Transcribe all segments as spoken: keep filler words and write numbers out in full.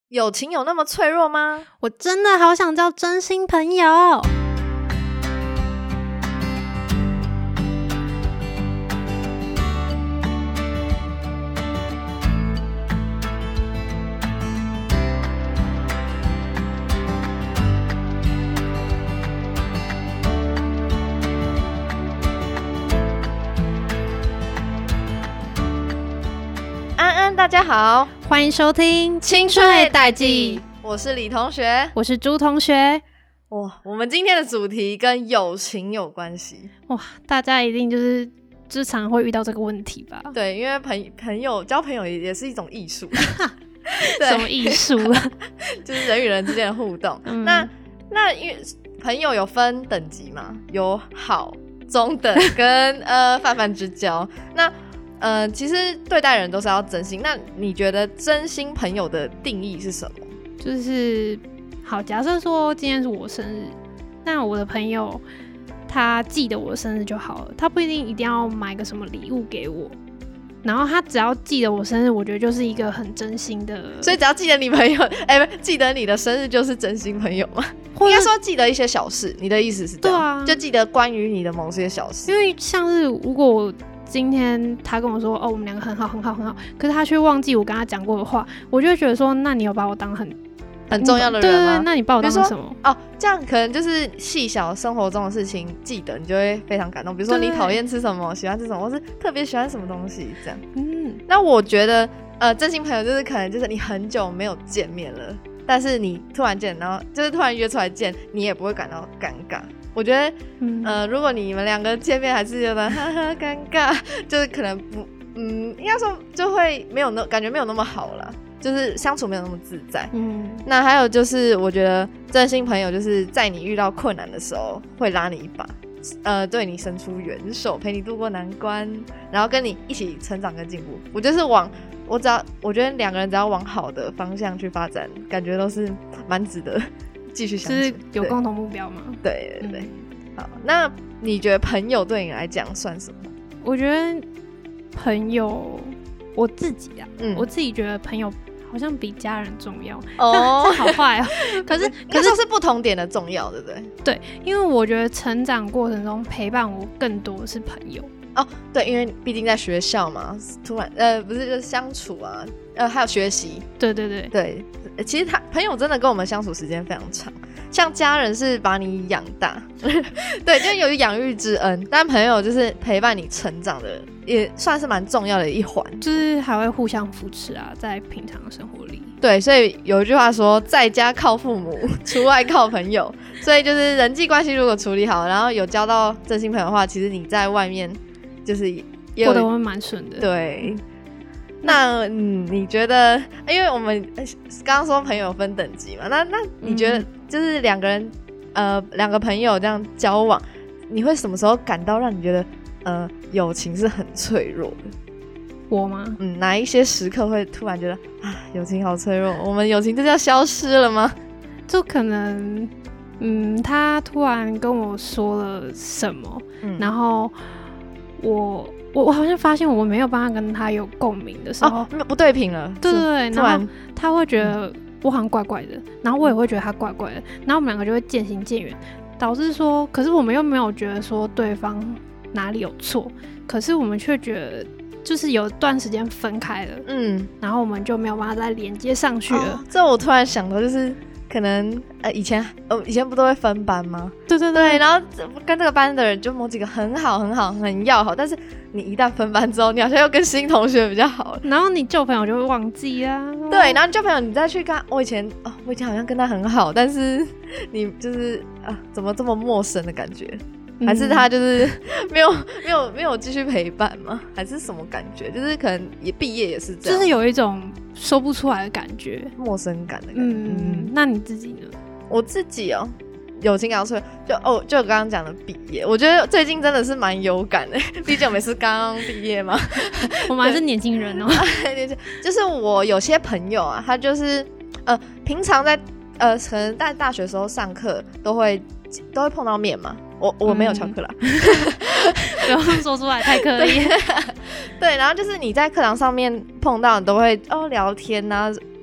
友情有那么脆弱吗？ 我真的好想交真心朋友。 安安，大家好， 欢迎收听青春的代际，我是李同学， 我是朱同学。 哇，我们今天的主题跟友情有关系。 哇，大家一定就是就是常常会遇到这个问题吧？ 对，因为朋朋友交朋友也是一种艺术。 什么艺术啊？ 就是人与人之间的互动。嗯、那那因为朋友有分等级嘛，有好、中等跟呃泛泛之交。那呃，其实对待人都是要真心。那你觉得真心朋友的定义是什么？ 就是好，假设说今天是我生日，那我的朋友他记得我的生日就好了，他不一定一定要买个什么礼物给我，然后他只要记得我生日，我觉得就是一个很真心的。 所以只要记得你朋友，哎、欸，记得你的生日就是真心朋友吗？应该说记得一些小事，你的意思是这样？对啊，就记得关于你的某些小事。 因为像是如果我今天他跟我说哦，我们两个很好很好很好，可是他却忘记我跟他讲过的话，我就会觉得说，那你有把我当很很重要的人吗？ 对对，那你把我当成什么？ 哦，这样可能就是细小生活中的事情记得，你就会非常感动。比如说你讨厌吃什么，喜欢吃什么，或是特别喜欢什么东西，这样。嗯，那我觉得呃，真心朋友就是可能就是你很久没有见面了，但是你突然见，然后就是突然约出来见，你也不会感到尴尬。我觉得，嗯、呃，如果你们两个见面还是有点哈哈尴尬，就是可能不，嗯，应该说就会没有那感觉没有那么好啦，就是相处没有那么自在。嗯，那还有就是，我觉得真心朋友就是在你遇到困难的时候会拉你一把，呃，对你伸出援手，陪你度过难关，然后跟你一起成长跟进步。我就是往我只要我觉得两个人只要往好的方向去发展，感觉都是蛮值得继续相处， 就是有共同目标嘛。 对对对、嗯，好，那你觉得朋友对你来讲算什么？ 我觉得朋友，我自己啊，嗯、我自己觉得朋友好像比家人重要。哦，这好坏哦。可是可是是不同点的重要，对不对？ 对，因为我觉得成长过程中陪伴我更多是朋友。 哦，对，因为毕竟在学校嘛，突然呃不是就是相处啊，呃还有学习。 对对对对，其实他朋友真的跟我们相处时间非常长。像家人是把你养大，对，就有养育之恩，但朋友就是陪伴你成长的，也算是蛮重要的一环， 就是还会互相扶持啊，在平常的生活里。 对，所以有一句话说，在家靠父母，出外靠朋友，所以就是人际关系如果处理好，然后有交到真心朋友的话，其实你在外面就是也过得会蛮顺的。 对。那嗯，你觉得，因为我们刚刚说朋友分等级嘛，那那你觉得就是两个人，嗯、呃，两个朋友这样交往，你会什么时候感到让你觉得，呃，友情是很脆弱的？ 我吗？ 嗯，哪一些时刻会突然觉得啊，友情好脆弱，我们友情就要消失了吗？ 就可能，嗯，他突然跟我说了什么，嗯、然后我。我我好像发现我没有办法跟他有共鸣的时候， 哦、不对频了。 对对对，然后他会觉得我好像怪怪的，然后我也会觉得他怪怪的，然后我们两个就会渐行渐远，导致说，可是我们又没有觉得说对方哪里有错，可是我们却觉得就是有段时间分开了，嗯，然后我们就没有办法再连接上去了。 哦、这我突然想到就是。可能呃以前呃以前不都会分班吗？ 对对对， 然后跟这个班的人就某几个很好很好很要好，但是你一旦分班之后，你好像又跟新同学比较好了， 然后你旧朋友就会忘记啊。 对，然后你旧朋友你再去跟他，我以前哦我以前好像跟他很好，但是你就是啊怎么这么陌生的感觉？还是他就是没有没有没有继续陪伴吗？还是什么感觉？就是可能也毕业也是这样， 就是有一种说不出来的感觉， 陌生感的感觉。 嗯嗯，那你自己呢？ 我自己哦，友情感脆就哦，就我刚刚讲的毕业，我觉得最近真的是蛮有感的，毕竟我们是刚刚毕业嘛， 我们还是年轻人哦。 就是我有些朋友啊，他就是呃，平常在呃，可能在大学的时候上课都会都会碰到面嘛。我我没有翘课啦， 不要说出来太刻意。 对，然后就是你在课堂上面碰到，你都会哦聊天啊，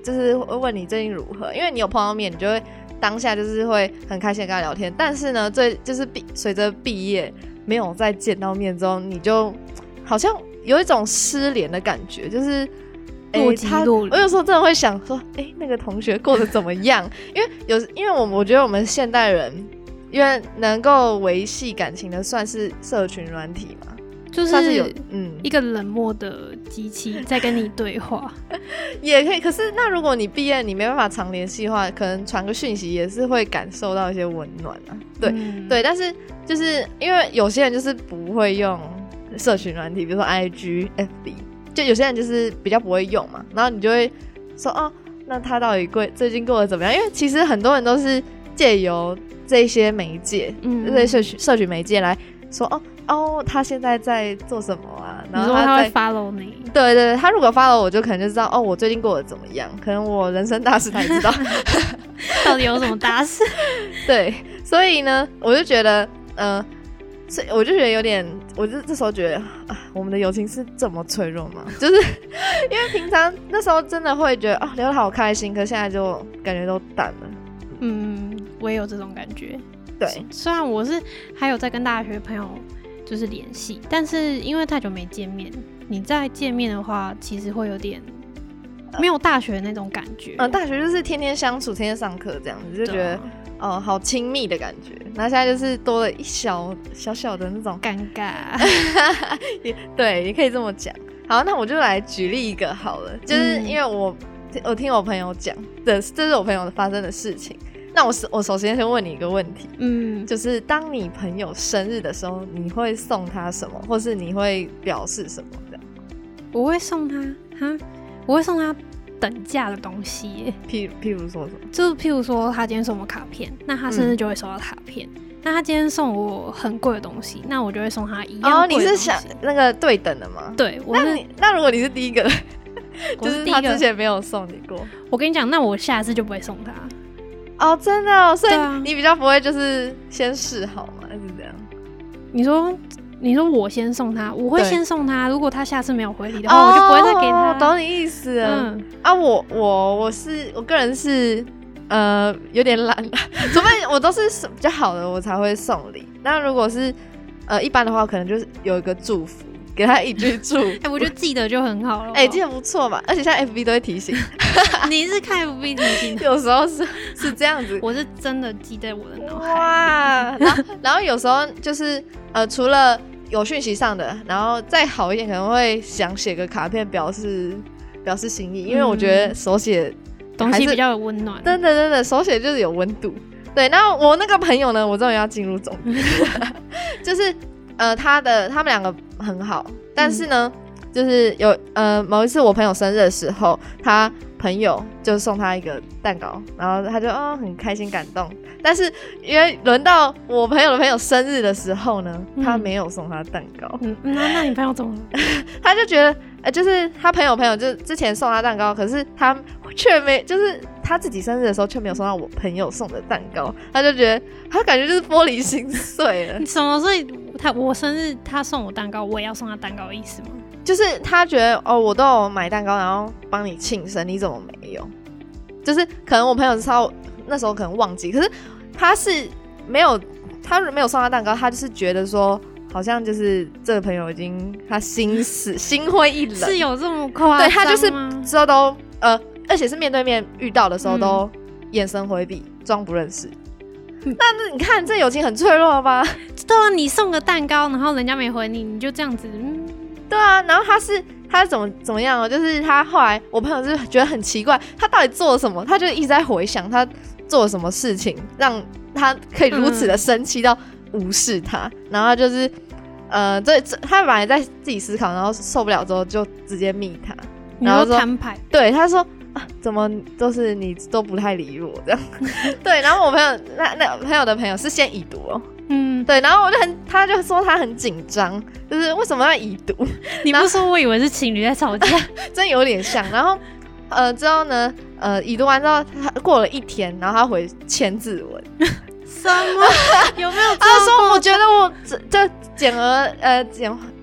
就是会问你最近如何，因为你有碰到面，你就会当下就是会很开心的跟他聊天。但是呢，最就是毕随着毕业没有再见到面之后，你就好像有一种失联的感觉，就是若即若离。 我有时候真的会想说，哎、欸，那个同学过得怎么样？因为有，因为我我觉得我们现代人，因为能够维系感情的算是社群软体嘛。 就是有嗯一个冷漠的机器在跟你对话， 也可以。可是那如果你毕业你没办法常联系的话，可能传个讯息也是会感受到一些温暖啊。对、嗯、对，但是就是因为有些人就是不会用社群软体，比如说 I G、F B， 就有些人就是比较不会用嘛，然后你就会说哦，那他到底过最近过得怎么样？因为其实很多人都是借由这些媒介，嗯，这些社群社群媒介来说哦。哦，他现在在做什么啊？然后他, 他会 follow 你。 对对对，他如果 follow 我，就可能就知道哦，我最近过得怎么样。可能我人生大事才知道， 到底有什么大事？ 对，所以呢，我就觉得，呃，所以我就觉得有点，我就这时候觉得啊，我们的友情是这么脆弱吗？就是因为平常那时候真的会觉得啊，聊得好开心，可是现在就感觉都淡了。 嗯，我也有这种感觉。 对， 虽然我是还有在跟大学朋友。就是联系，但是因为太久没见面，你再见面的话，其实会有点没有大学那种感觉。 嗯、呃，大学就是天天相处，天天上课这样子，就觉得哦、呃，好亲密的感觉。那现在就是多了一小小小的那种尴尬。 对，也可以这么讲。好，那我就来举例一个好了，就是因为我、嗯、我听我朋友讲的，这是我朋友发生的事情。那我我首先先问你一个问题，嗯，就是当你朋友生日的时候，你会送他什么，或是你会表示什么？这样， 我会送他哈，我会送他等价的东西耶， 譬譬如说什么？ 就是譬如说，他今天送我卡片，那他生日就会收到卡片。嗯、那他今天送我很贵的东西，那我就会送他一样贵的东西。哦， 你是想那个对等的吗？ 对，我是。 那你那如果你是第一个，就是他之前没有送你过， 我跟你讲，那我下次就不会送他。 哦，真的哦，所以你比较不会就是先示好吗？还是这样？ 你说，你说我先送他，我会先送他。如果他下次没有回礼的话，哦、我就不会再给他。 懂你意思了。嗯、啊，我我我是我个人是呃有点懒，除非我都是比较好的我才会送礼。那如果是呃一般的话，可能就是有一个祝福。给他一句祝福， 哎、欸，我觉得记得就很好了。 哎、欸，记得不错吧？而且现在 F B 都会提醒。 你是看 F B 提醒？ 有时候是是这样子， 我是真的记在我的脑海。 哇，然后然后有时候就是呃，除了有讯息上的，然后再好一点，可能会想写个卡片表示表示心意，因为我觉得手写东西比较有温暖。 真的真的，手写就是有温度。对，然后我那个朋友呢，我终于要进入重点，就是呃，他的他们两个很好，但是呢，嗯、就是有呃某一次我朋友生日的时候，他朋友就送他一个蛋糕，然后他就哦很开心感动。但是因为轮到我朋友的朋友生日的时候呢，嗯、他没有送他蛋糕。 嗯，那那你朋友怎么了？ 他就觉得呃，就是他朋友朋友就之前送他蛋糕，可是他却没，就是他自己生日的时候却没有送到我朋友送的蛋糕，他就觉得他感觉就是玻璃心碎了。 什么？所以他我生日他送我蛋糕，我也要送他蛋糕的意思吗？ 就是他觉得哦，我都有买蛋糕，然后帮你庆生，你怎么没有？就是可能我朋友超那时候可能忘记，可是他是没有，他没有送他蛋糕，他就是觉得说，好像就是这个朋友已经他心死心灰意冷， 是有这么夸张吗？ 对，他就是之后都呃，而且是面对面遇到的时候都眼神回避，装、嗯、不认识。那你看这友情很脆弱吧？ 对啊，你送个蛋糕，然后人家没回你，你就这样子，嗯。 对啊，然后他是他是怎么怎么样哦？就是他后来我朋友就觉得很奇怪，他到底做了什么？他就一直在回想他做了什么事情，让他可以如此的生气到无视他。嗯、然后他就是呃，这他本来在自己思考，然后受不了之后就直接密他，然后说摊牌。 对，他说啊，怎么都是你都不太理我这样。对，然后我朋友那那朋友的朋友是先已读哦。嗯，对，然后我就很，他就说他很紧张，就是为什么要已读？ 你不说，我以为是情侣在吵架， 真有点像。然后，呃，之后呢，呃，已读完之后，他过了一天，然后他回千字文， 什么？有没有？ 他说，我觉得我这这简而呃简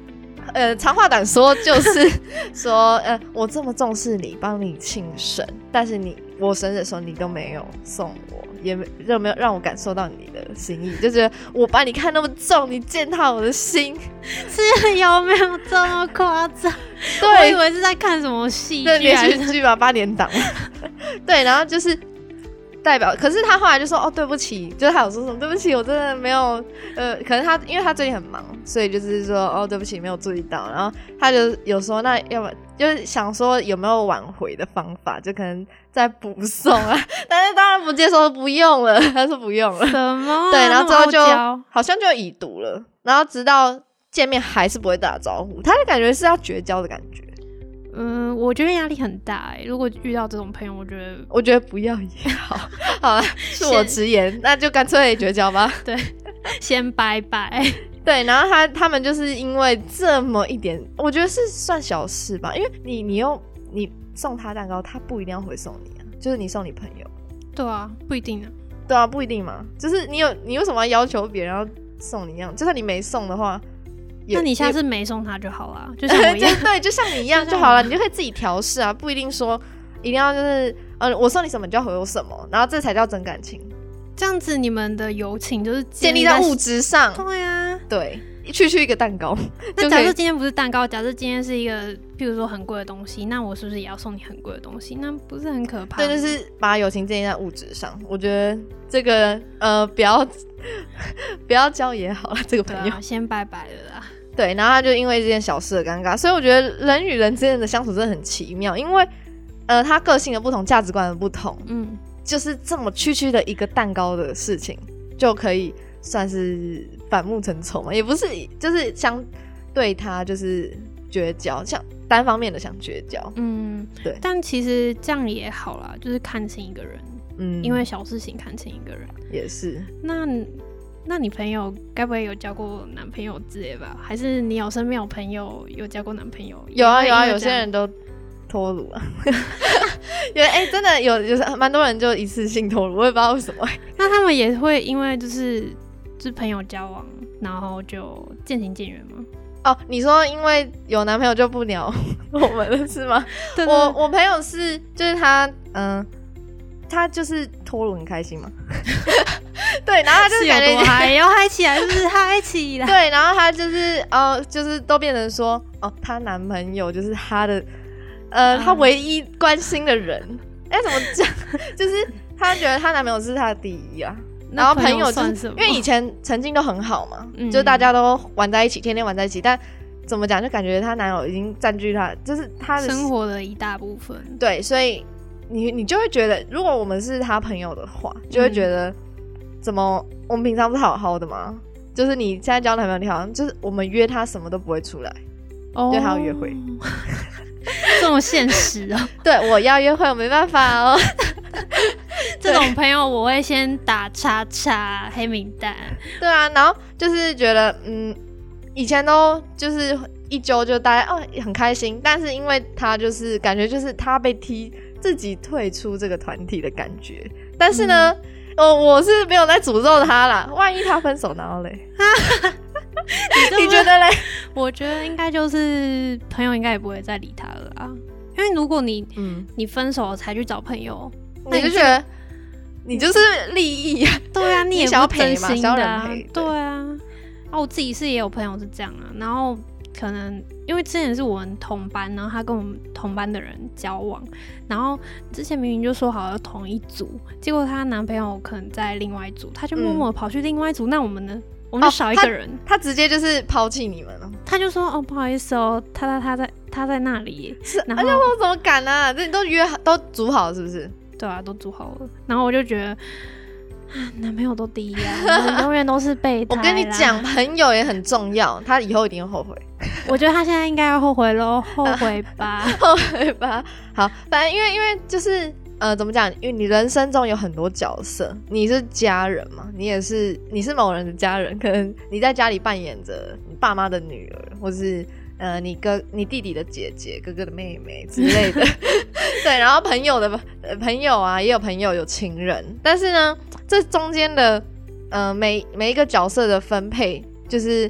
呃，长话短说就是说，呃，我这么重视你，帮你庆生，但是你我生日的时候你都没有送我，也没就没有让我感受到你的心意，就觉得我把你看那么重，你践踏我的心， 是有没有这么夸张？对，我以为是在看什么戏剧， 连续剧吧，八点档。对，然后就是代表，可是他后来就说哦，对不起，就是他有说什么对不起，我真的没有，呃，可能他因为他最近很忙，所以就是说哦，对不起，没有注意到。然后他就有说，那要不就是想说有没有挽回的方法，就可能再补送啊。但是当然不接受，不用了，他说不用了。 什么、啊？ 对，然后之后就好像就已读了，然后直到见面还是不会打招呼，他的感觉是要绝交的感觉。 嗯，我觉得压力很大哎、欸。如果遇到这种朋友，我觉得我觉得不要也好。好了，恕我直言，那就干脆绝交吧。 对，先拜拜。 对，然后他他们就是因为这么一点，我觉得是算小事吧，因为你你用你送他蛋糕，他不一定要回送你啊，就是你送你朋友。 对啊，不一定啊。 对啊，不一定嘛，就是你有你为什么要要求别人要送你一样？就算你没送的话。 那你下次没送他就好了，就像我一样。 对，就像你一样就好了，你就可以自己调试啊，不一定说一定要就是呃，我送你什么你就要回我什么，然后这才叫真感情。 这样子你们的友情就是建立在物质上。 对啊， 对，区区一个蛋糕。 那假设今天不是蛋糕，假设今天是一个譬如说很贵的东西，那我是不是也要送你很贵的东西？那不是很可怕吗？ 对，就是把友情建立在物质上。我觉得这个呃，不要不要交也好了，这个朋友、 啊、先拜拜了啦。 对，然后他就因为这件小事的尴尬，所以我觉得人与人之间的相处真的很奇妙，因为呃，他个性的不同，价值观的不同，嗯，就是这么区区的一个蛋糕的事情，就可以算是反目成仇嘛？也不是，就是相对他就是绝交，像单方面的想绝交，嗯，对。 但其实这样也好啦，就是看清一个人，嗯，因为小事情看清一个人， 也是。 那。那你朋友该不会有交过男朋友之类吧？还是你有身边有朋友有交过男朋友？ 有啊有啊，有些人都脱乳啊。有哎、欸，真的有，有蛮多人就一次性脱乳，我也不知道为什么、欸。 那他们也会因为就是就是朋友交往，然后就渐行渐远吗？ 哦，你说因为有男朋友就不鸟我们了是吗？对对对，我我朋友是就是他嗯、呃，他就是脱乳很开心嘛。对，然后他就是感觉有多嗨，要嗨起来，是不是嗨起来？ 对，然后他就是哦，就是都变成说哦，她男朋友就是她的呃，她、嗯、唯一关心的人。哎，怎么讲？就是她觉得她男朋友是她的第一啊。然后朋友就是因为以前曾经都很好嘛，嗯、就大家都玩在一起，天天玩在一起，但怎么讲，就感觉她男友已经占据她，就是她的生活的一大部分。 对，所以你你就会觉得，如果我们是她朋友的话，就会觉得。嗯，怎么？我们平常不是好好的吗？就是你现在交男朋友，你好像就是我们约他什么都不会出来，哦，因为他要约会， 这么现实哦。 对，我要约会，我没办法哦。 这种朋友我会先打叉叉黑名单。 对啊，然后就是觉得，嗯，以前都就是一揪就大家哦很开心，但是因为他就是感觉就是他被踢，自己退出这个团体的感觉，但是呢。嗯哦，我是没有在诅咒他啦，万一他分手然后嘞？你, 你觉得嘞？ 我觉得应该就是朋友应该也不会再理他了啊，因为如果你、嗯、你分手了才去找朋友， 那你就觉得你就是利益啊？ 对啊，你也不是真心的、啊， 想要人陪， 对啊。啊，我自己是也有朋友是这样啊，然后可能因为之前是我们同班，然后他跟我们同班的人交往，然后之前明明就说好要同一组，结果她男朋友可能在另外一组，他就默默跑去另外一组，嗯、那我们呢？我们就少一个人，哦、 他, 他直接就是抛弃你们了。 他就说：“哦，不好意思哦，他他他在他在那里。” 是，而且我怎么敢啊？这你都约好都组好了是不是？ 对啊，都组好了。然后我就觉得。男朋友都第一啊，永远都是备胎。 我跟你讲，朋友也很重要，他以后一定会后悔。 我觉得他现在应该要后悔咯，后悔吧， 后悔吧。好，反正因为因为就是呃，怎么讲？因为你人生中有很多角色，你是家人嘛，你也是你是某人的家人，可能你在家里扮演着你爸妈的女儿，或是呃你哥、你弟弟的姐姐、哥哥的妹妹之类的。对，然后朋友的、呃、朋友啊，也有朋友有情人，但是呢，这中间的呃每每一个角色的分配，就是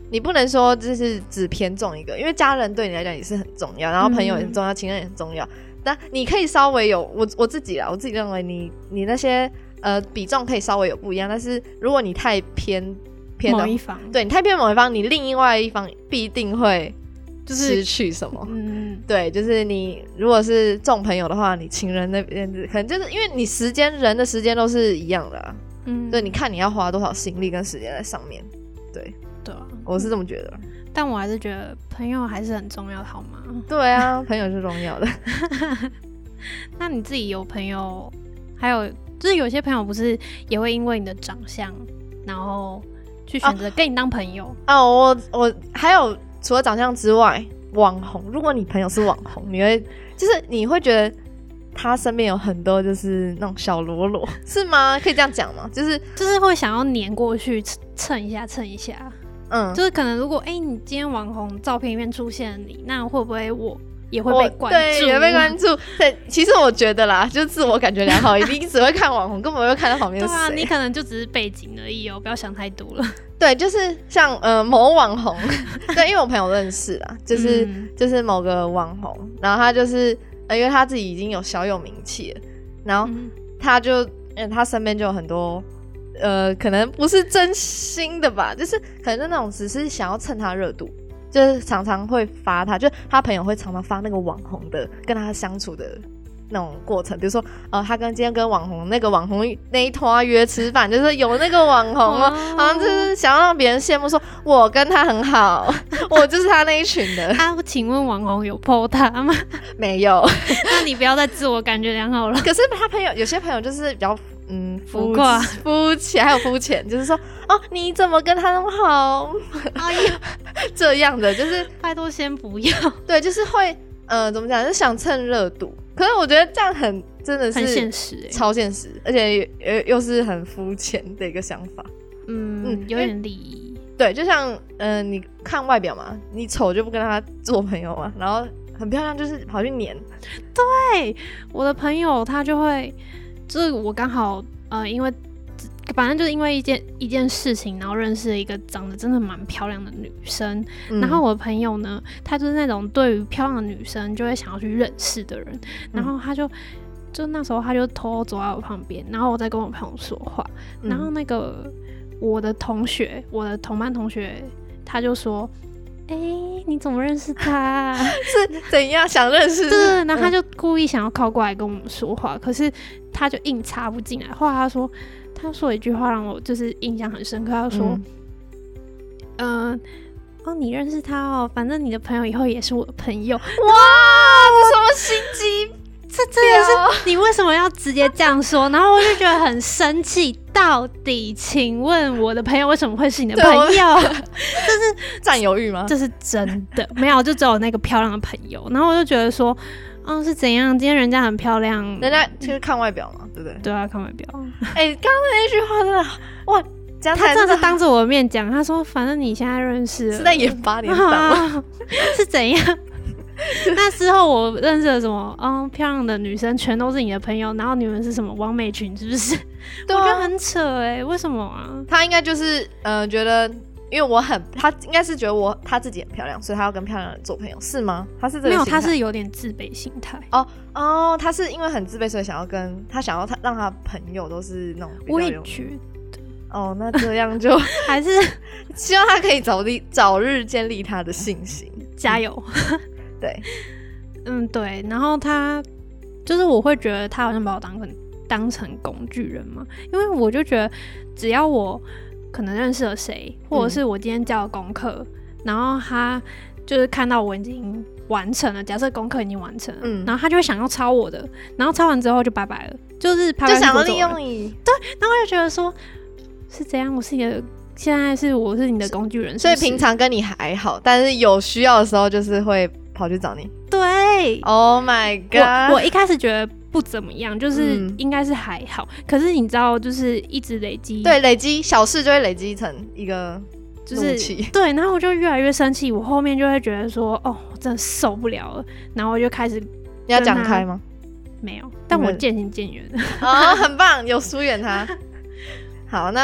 你不能说就是只偏重一个，因为家人对你来讲也是很重要，然后朋友也很重要，情人也很重要。但你可以稍微有我我自己啦，我自己认为你你那些呃比重可以稍微有不一样，但是如果你太偏偏某一方， 对你太偏某一方，你另外一方必定会失去什么？ 嗯， 对，就是你如果是重朋友的话，你情人那边可能就是因为你时间人的时间都是一样的、啊，嗯，对，你看你要花多少心力跟时间在上面，对。 对啊， 我是这么觉得， 但我还是觉得朋友还是很重要的，好吗？ 对啊，朋友是重要的。 那你自己有朋友，还有就是有些朋友不是也会因为你的长相，然后去选择跟你当朋友？ 哦，哦我我还有除了长相之外，网红，如果你朋友是网红，你会就是你会觉得他身边有很多就是那种小喽啰，是吗？可以这样讲吗？就是就是会想要黏过去蹭一下蹭一下。嗯，就是可能如果哎、欸，你今天网红照片里面出现了你，那会不会我也会被关注？ 对，也被关注。对，其实我觉得啦，就自我感觉良好，一定只会看网红，根本没有看到旁边是谁。 对啊，你可能就只是背景而已哦，不要想太多了。 对，就是像呃某网红，对，因为我朋友认识啦，就是、嗯、就是某个网红，然后他就是呃，因为他自己已经有小有名气了，然后他就嗯，他身边就有很多。呃，可能不是真心的吧，就是可能是那种只是想要蹭他热度，就是常常会发他，就他朋友会常常发那个网红的跟他相处的那种过程，比如说呃，他跟今天跟网红那个网红那一团约吃饭，就是有那个网红哦，好像就是想要让别人羡慕，说我跟他很好，我就是他那一群的。 啊，请问网红有 po 他吗？ 没有。 那你不要再自我感觉良好了。 可是他朋友有些朋友就是比较。嗯，肤肤浅，还有肤浅，就是说，哦，你怎么跟他那么好？哎呀，这样的就是拜托先不要。 对，就是会，呃，怎么讲，就想蹭热度。可是我觉得这样很真的是很现实、欸， 超现实，而且又是很肤浅的一个想法。 嗯嗯，有点利益。 对，就像，嗯、呃，你看外表嘛，你丑就不跟他做朋友嘛，然后很漂亮就是跑去黏。 对，我的朋友他就会。就是我刚好呃，因为反正就是因为一件一件事情，然后认识了一个长得真的蛮漂亮的女生、嗯。然后我的朋友呢，她就是那种对于漂亮的女生就会想要去认识的人。然后他就就那时候他就偷偷走在我旁边，然后我在跟我朋友说话。嗯、然后那个我的同学，我的同班同学，他就说。哎、欸，你怎么认识他？ 是怎样想认识？ 对，然后他就故意想要靠过来跟我们说话，嗯、可是他就硬插不进来。后来他说，他说一句话让我就是印象很深刻。他说：“嗯、呃，哦，你认识他哦，反正你的朋友以后也是我的朋友。”哇， 这什么心机？ 这真的是你为什么要直接这样说？然后我就觉得很生气。到底，请问我的朋友为什么会是你的朋友？这是占有欲吗？ 这是真的，没有，就只有那个漂亮的朋友。然后我就觉得说，嗯，是怎样？今天人家很漂亮， 人家就是看外表嘛，对不对？ 对啊，看外表。 哎、欸，刚刚那句话真的哇，讲他真的是当着我的面讲，他说，反正你现在认识了是在演八点档吗？ 是怎样？那之后我认识了什么嗯漂亮的女生全都是你的朋友，然后你们是什么网美群是不是？对、啊、我觉得很扯哎、欸，为什么啊？ 他应该就是呃觉得因为我很，他应该是觉得我他自己很漂亮，所以他要跟漂亮的人做朋友，是吗？他是这个没有，他是有点自卑心态。 哦哦，他是因为很自卑，所以想要跟他想要他让他朋友都是那种比较有。 我也觉得。 哦，那这样就还是希望他可以早立早日建立他的信心， 加油。 对， 嗯，对，然后他就是我会觉得他好像把我当成当成工具人嘛，因为我就觉得只要我可能认识了谁，或者是我今天交了功课、嗯，然后他就是看到我已经完成了，假设功课已经完成了、嗯，然后他就会想要抄我的，然后抄完之后就拜拜了，就是拍拍就想要利用你， 对，然后我就觉得说是怎样，我是你的。现在是我是你的工具人是不是， 所以平常跟你还好，但是有需要的时候就是会跑去找你。 对 ，Oh my god！ 我, 我一开始觉得不怎么样，就是应该是还好、嗯，可是你知道，就是一直累积， 对，累积小事就会累积成一个怒气， 就是对，然后我就越来越生气，我后面就会觉得说，哦，我真的受不了了，然后我就开始你要讲开吗？ 没有，但我渐行渐远哦，很棒，有疏远他。好，那我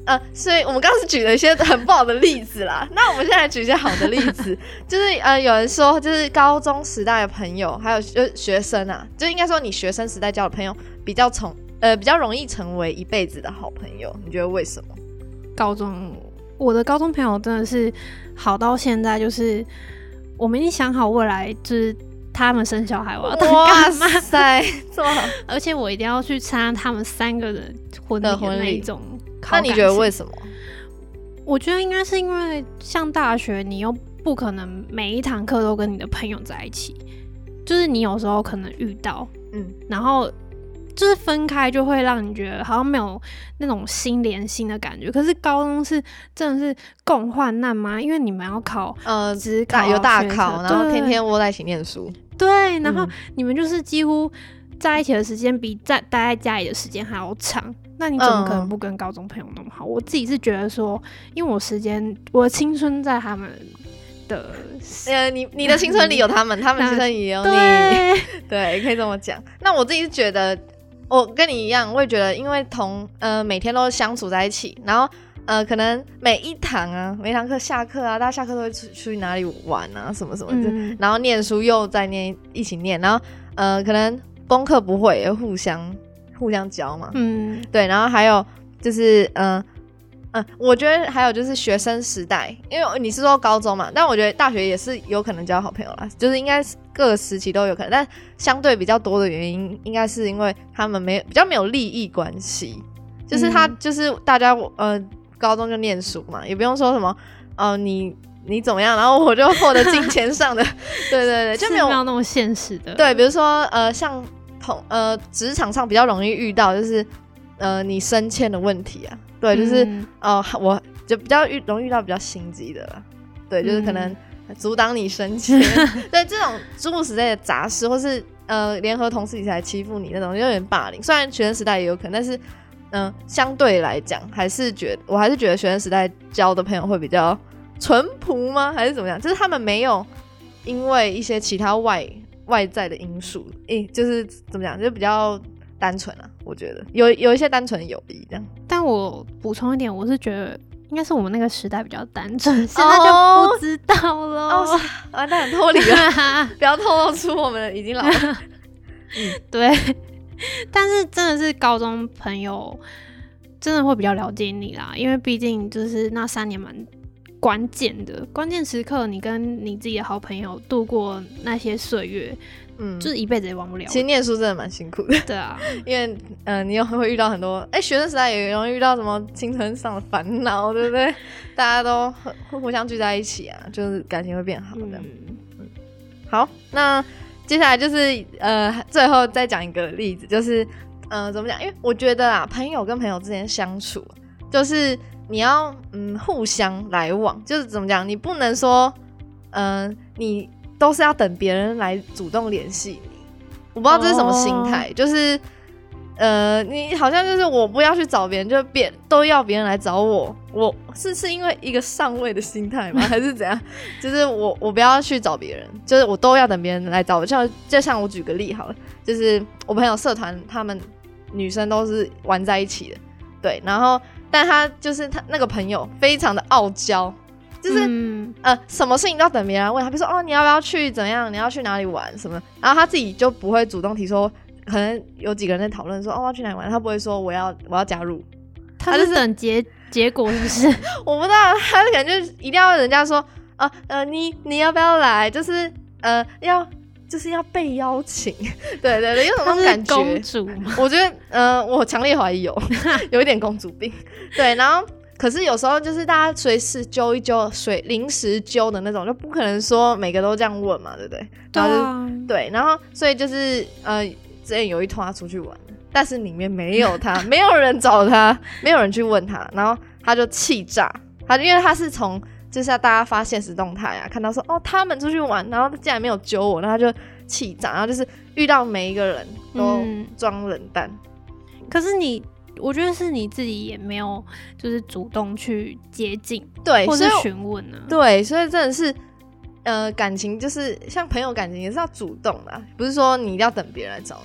呃，所以我们刚刚是举了一些很不好的例子啦。那我们现在来举一些好的例子，就是呃，有人说，就是高中时代的朋友，还有就是学生啊，就应该说你学生时代交的朋友比较从呃比较容易成为一辈子的好朋友，你觉得为什么？ 高中，我的高中朋友真的是好到现在，就是我们已经想好未来，就是他们生小孩我要当干妈，哇塞，这么好！ 而且我一定要去参加他们三个人婚礼的那一种。 那你觉得为什么？ 我觉得应该是因为像大学，你又不可能每一堂课都跟你的朋友在一起，就是你有时候可能遇到，嗯，然后就是分开就会让你觉得好像没有那种心连心的感觉。可是高中是真的是共患难吗？因为你们要考呃指考， 有大考，然后天天窝在一起念书， 对，然后你们就是几乎在一起的时间比在待在家里的时间还要长。那你怎么可能不跟高中朋友那么好？嗯、我自己是觉得说，因为我时间，我的青春在他们的， 呃，你你的青春里有他们，他们青春里也有你，对，对，可以这么讲。那我自己是觉得，我跟你一样，我也觉得，因为同呃每天都相处在一起，然后呃可能每一堂啊，每一堂课下课啊，大家下课都会出去哪里玩啊，什么什么的，嗯、然后念书又在念一起念，然后呃可能功课不会也互相。互相教嘛，嗯，对，然后还有就是，嗯、呃、嗯，我觉得还有就是学生时代，因为你是说高中嘛，但我觉得大学也是有可能交好朋友啦，就是应该各个时期都有可能，但相对比较多的原因，应该是因为他们没比较没有利益关系，就是他、嗯、就是大家呃高中就念书嘛，也不用说什么呃你你怎么样，然后我就获得金钱上的，对对对，就没有没有那么现实的， 对，比如说呃像。呃，职场上比较容易遇到就是呃你升迁的问题啊，对，就是、嗯、呃我就比较遇容易遇到比较心机的啦，对，就是可能阻挡你升迁，嗯、对，这种诸如此类的杂事，或是呃联合同事一起来欺负你那种，有点霸凌。虽然学生时代也有可能，但是嗯、呃，相对来讲，还是觉得我还是觉得学生时代交的朋友会比较淳朴吗？还是怎么样？就是他们没有因为一些其他外。外在的因素，诶、欸，就是怎么讲，就比较单纯啊。我觉得有有一些单纯的友谊这样。 但我补充一点，我是觉得应该是我们那个时代比较单纯，现在就不知道了。 哦，完蛋，脱离了，不要透露出我们已经老了。 嗯，对。但是真的是高中朋友，真的会比较了解你啦，因为毕竟就是那三年蛮。关键的关键时刻，你跟你自己的好朋友度过那些岁月，嗯，就是一辈子也忘不了。 其实念书真的蛮辛苦的， 对啊， 因为呃，你又会遇到很多，哎、欸，学生时代也容易遇到什么青春上的烦恼，对不对？大家都会互相聚在一起啊，就是感情会变好的。嗯嗯，好，那接下来就是呃，最后再讲一个例子，就是呃，怎么讲？因为我觉得啊，朋友跟朋友之间相处，就是。你要嗯互相来往，就是怎么讲？你不能说，嗯、呃，你都是要等别人来主动联系你。我不知道这是什么心态， oh. 就是呃，你好像就是我不要去找别人，就别都要别人来找我。我是是因为一个上位的心态吗？还是怎样？就是我我不要去找别人，就是我都要等别人来找我。像就像我举个例好了，就是我朋友社团他们女生都是玩在一起的，对，然后。但他就是他那个朋友非常的傲娇，就是、嗯、呃什么事情都要等别人问他，比如说哦你要不要去怎样，你要去哪里玩什么，然后他自己就不会主动提说，可能有几个人在讨论说哦要去哪里玩，他不会说我要我要加入， 他是等结结果是不是？ 我不知道，他就感觉一定要人家说啊呃你你要不要来，就是呃要。就是要被邀请，对对对，有种那种感觉。 公主吗？ 我觉得，呃，我强烈怀疑有，有一点公主病。对，然后可是有时候就是大家随时揪一揪，随临时揪的那种，就不可能说每个都这样问嘛，对不对？然后就、啊、对，然后所以就是呃，之前有一团他出去玩，但是里面没有他，没有人找他，没有人去问他，然后他就气炸，他因为他是从。就是要大家发现实动态啊，看到说哦他们出去玩，然后竟然没有揪我，然后他就气炸，然后就是遇到每一个人都装冷淡、 嗯。可是你，我觉得是你自己也没有就是主动去接近， 对， 或是询问啊， 对，所以真的是呃感情就是像朋友感情也是要主动的、啊，不是说你一定要等别人来找你。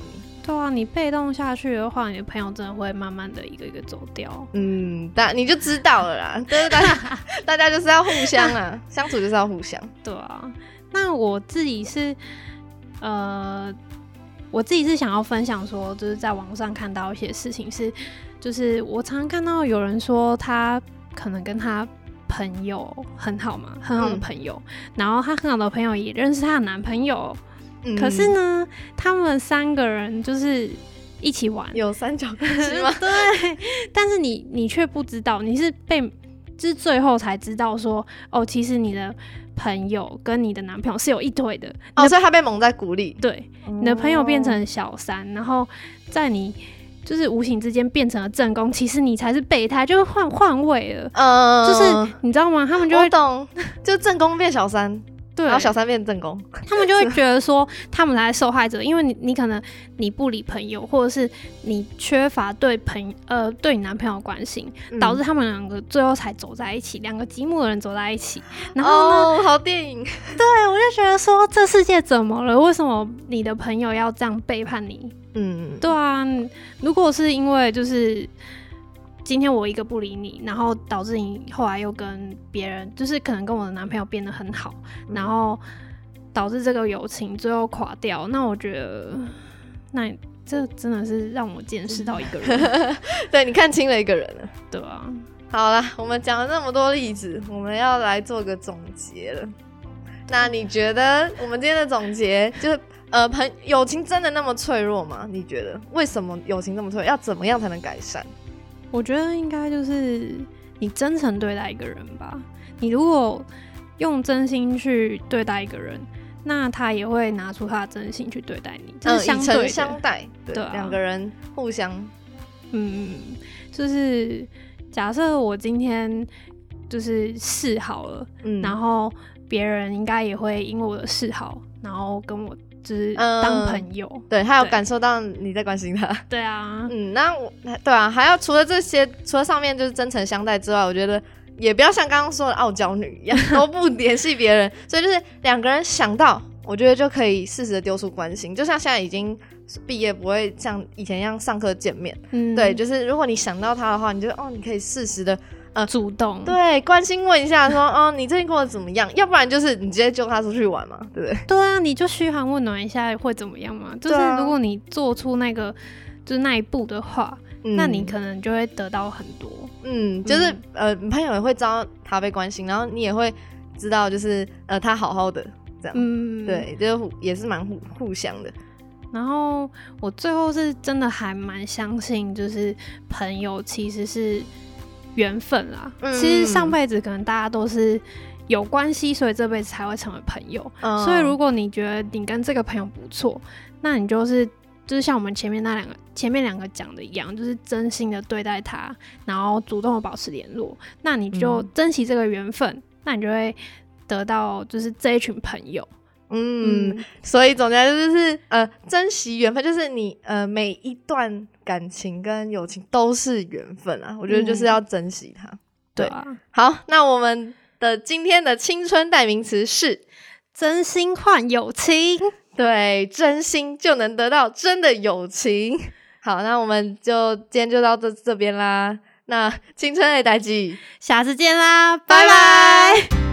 对啊，你被动下去的话，你的朋友真的会慢慢的一个一个走掉。 嗯，大你就知道了啦，就是大家大家就是要互相啊，相处就是要互相。 对啊，那我自己是呃，我自己是想要分享说，就是在网上看到一些事情是，就是我常常看到有人说他可能跟他朋友很好嘛，很好的朋友，嗯、然后他很好的朋友也认识她的男朋友。可是呢，他们三个人就是一起玩， 有三角关系吗？ 对，但是你你却不知道，你是被就是最后才知道说，哦，其实你的朋友跟你的男朋友是有一腿的。 哦，所以他被蒙在鼓里。 对，你的朋友变成小三，然后在你就是无形之间变成了正宫，其实你才是备胎，就是换换位了。嗯，就是你知道吗？他们就会我懂，就正宫变小三。 对， 然后小三变正宫， 他们就会觉得说他们才是受害者，因为你你可能你不理朋友，或者是你缺乏对朋呃对你男朋友的关心，嗯、导致他们两个最后才走在一起，两个寂寞的人走在一起。然后呢， 哦，好电影。 对，我就觉得说这世界怎么了？为什么你的朋友要这样背叛你？嗯，对啊，如果是因为就是今天我一个不理你，然后导致你后来又跟别人，就是可能跟我的男朋友变得很好，嗯、然后导致这个友情最后垮掉，那我觉得，那这真的是让我见识到一个人。 对，你看清了一个人了。 对啊。 好啦，我们讲了那么多例子，我们要来做个总结了。那你觉得我们今天的总结就是呃，朋友情真的那么脆弱吗？你觉得为什么友情那么脆弱？要怎么样才能改善？ 我觉得应该就是你真诚对待一个人吧。你如果用真心去对待一个人，那他也会拿出他的真心去对待你，这是相对的，嗯、以诚相待，对，两、啊、个人互相， 嗯，就是假设我今天就是示好了，嗯、然后别人应该也会因为我的示好，然后跟我。就是当朋友，嗯、 对，他有感受到你在关心他。 对啊， 嗯，那我对啊，还要除了这些，除了上面就是真诚相待之外，我觉得也不要像刚刚说的傲娇女一样，都不联系别人。所以就是两个人想到，我觉得就可以适时的丢出关心。就像现在已经毕业，不会像以前一样上课见面。嗯，对，就是如果你想到他的话，你就哦，你可以适时的。 呃，主动对关心问一下说，哦，你最近过得怎么样？要不然就是你直接揪他出去玩嘛，对不对？ 对啊，你就嘘寒问暖一下会怎么样嘛？就是如果你做出那个就是那一步的话，嗯、那你可能就会得到很多。 嗯，就是、嗯、呃，你朋友也会知道他被关心，然后你也会知道就是呃他好好的这样。嗯，对，就也是蛮互互相的。 然后我最后是真的还蛮相信，就是朋友其实是。缘分啦，嗯、其实上辈子可能大家都是有关系，所以这辈子才会成为朋友。嗯、所以如果你觉得你跟这个朋友不错，那你就是就是像我们前面那两个前面两个讲的一样，就是真心的对待他，然后主动的保持联络，那你就珍惜这个缘分，嗯、那你就会得到就是这一群朋友。 嗯，嗯所以总结就是呃，珍惜缘分，就是你呃每一段感情跟友情都是缘分啊，我觉得就是要珍惜它。嗯、对啊，好，那我们的今天的青春代名词是真心换友情， 对，真心就能得到真的友情。好，那我们就今天就到这这边啦。那青春的代际， 下次见啦，拜拜。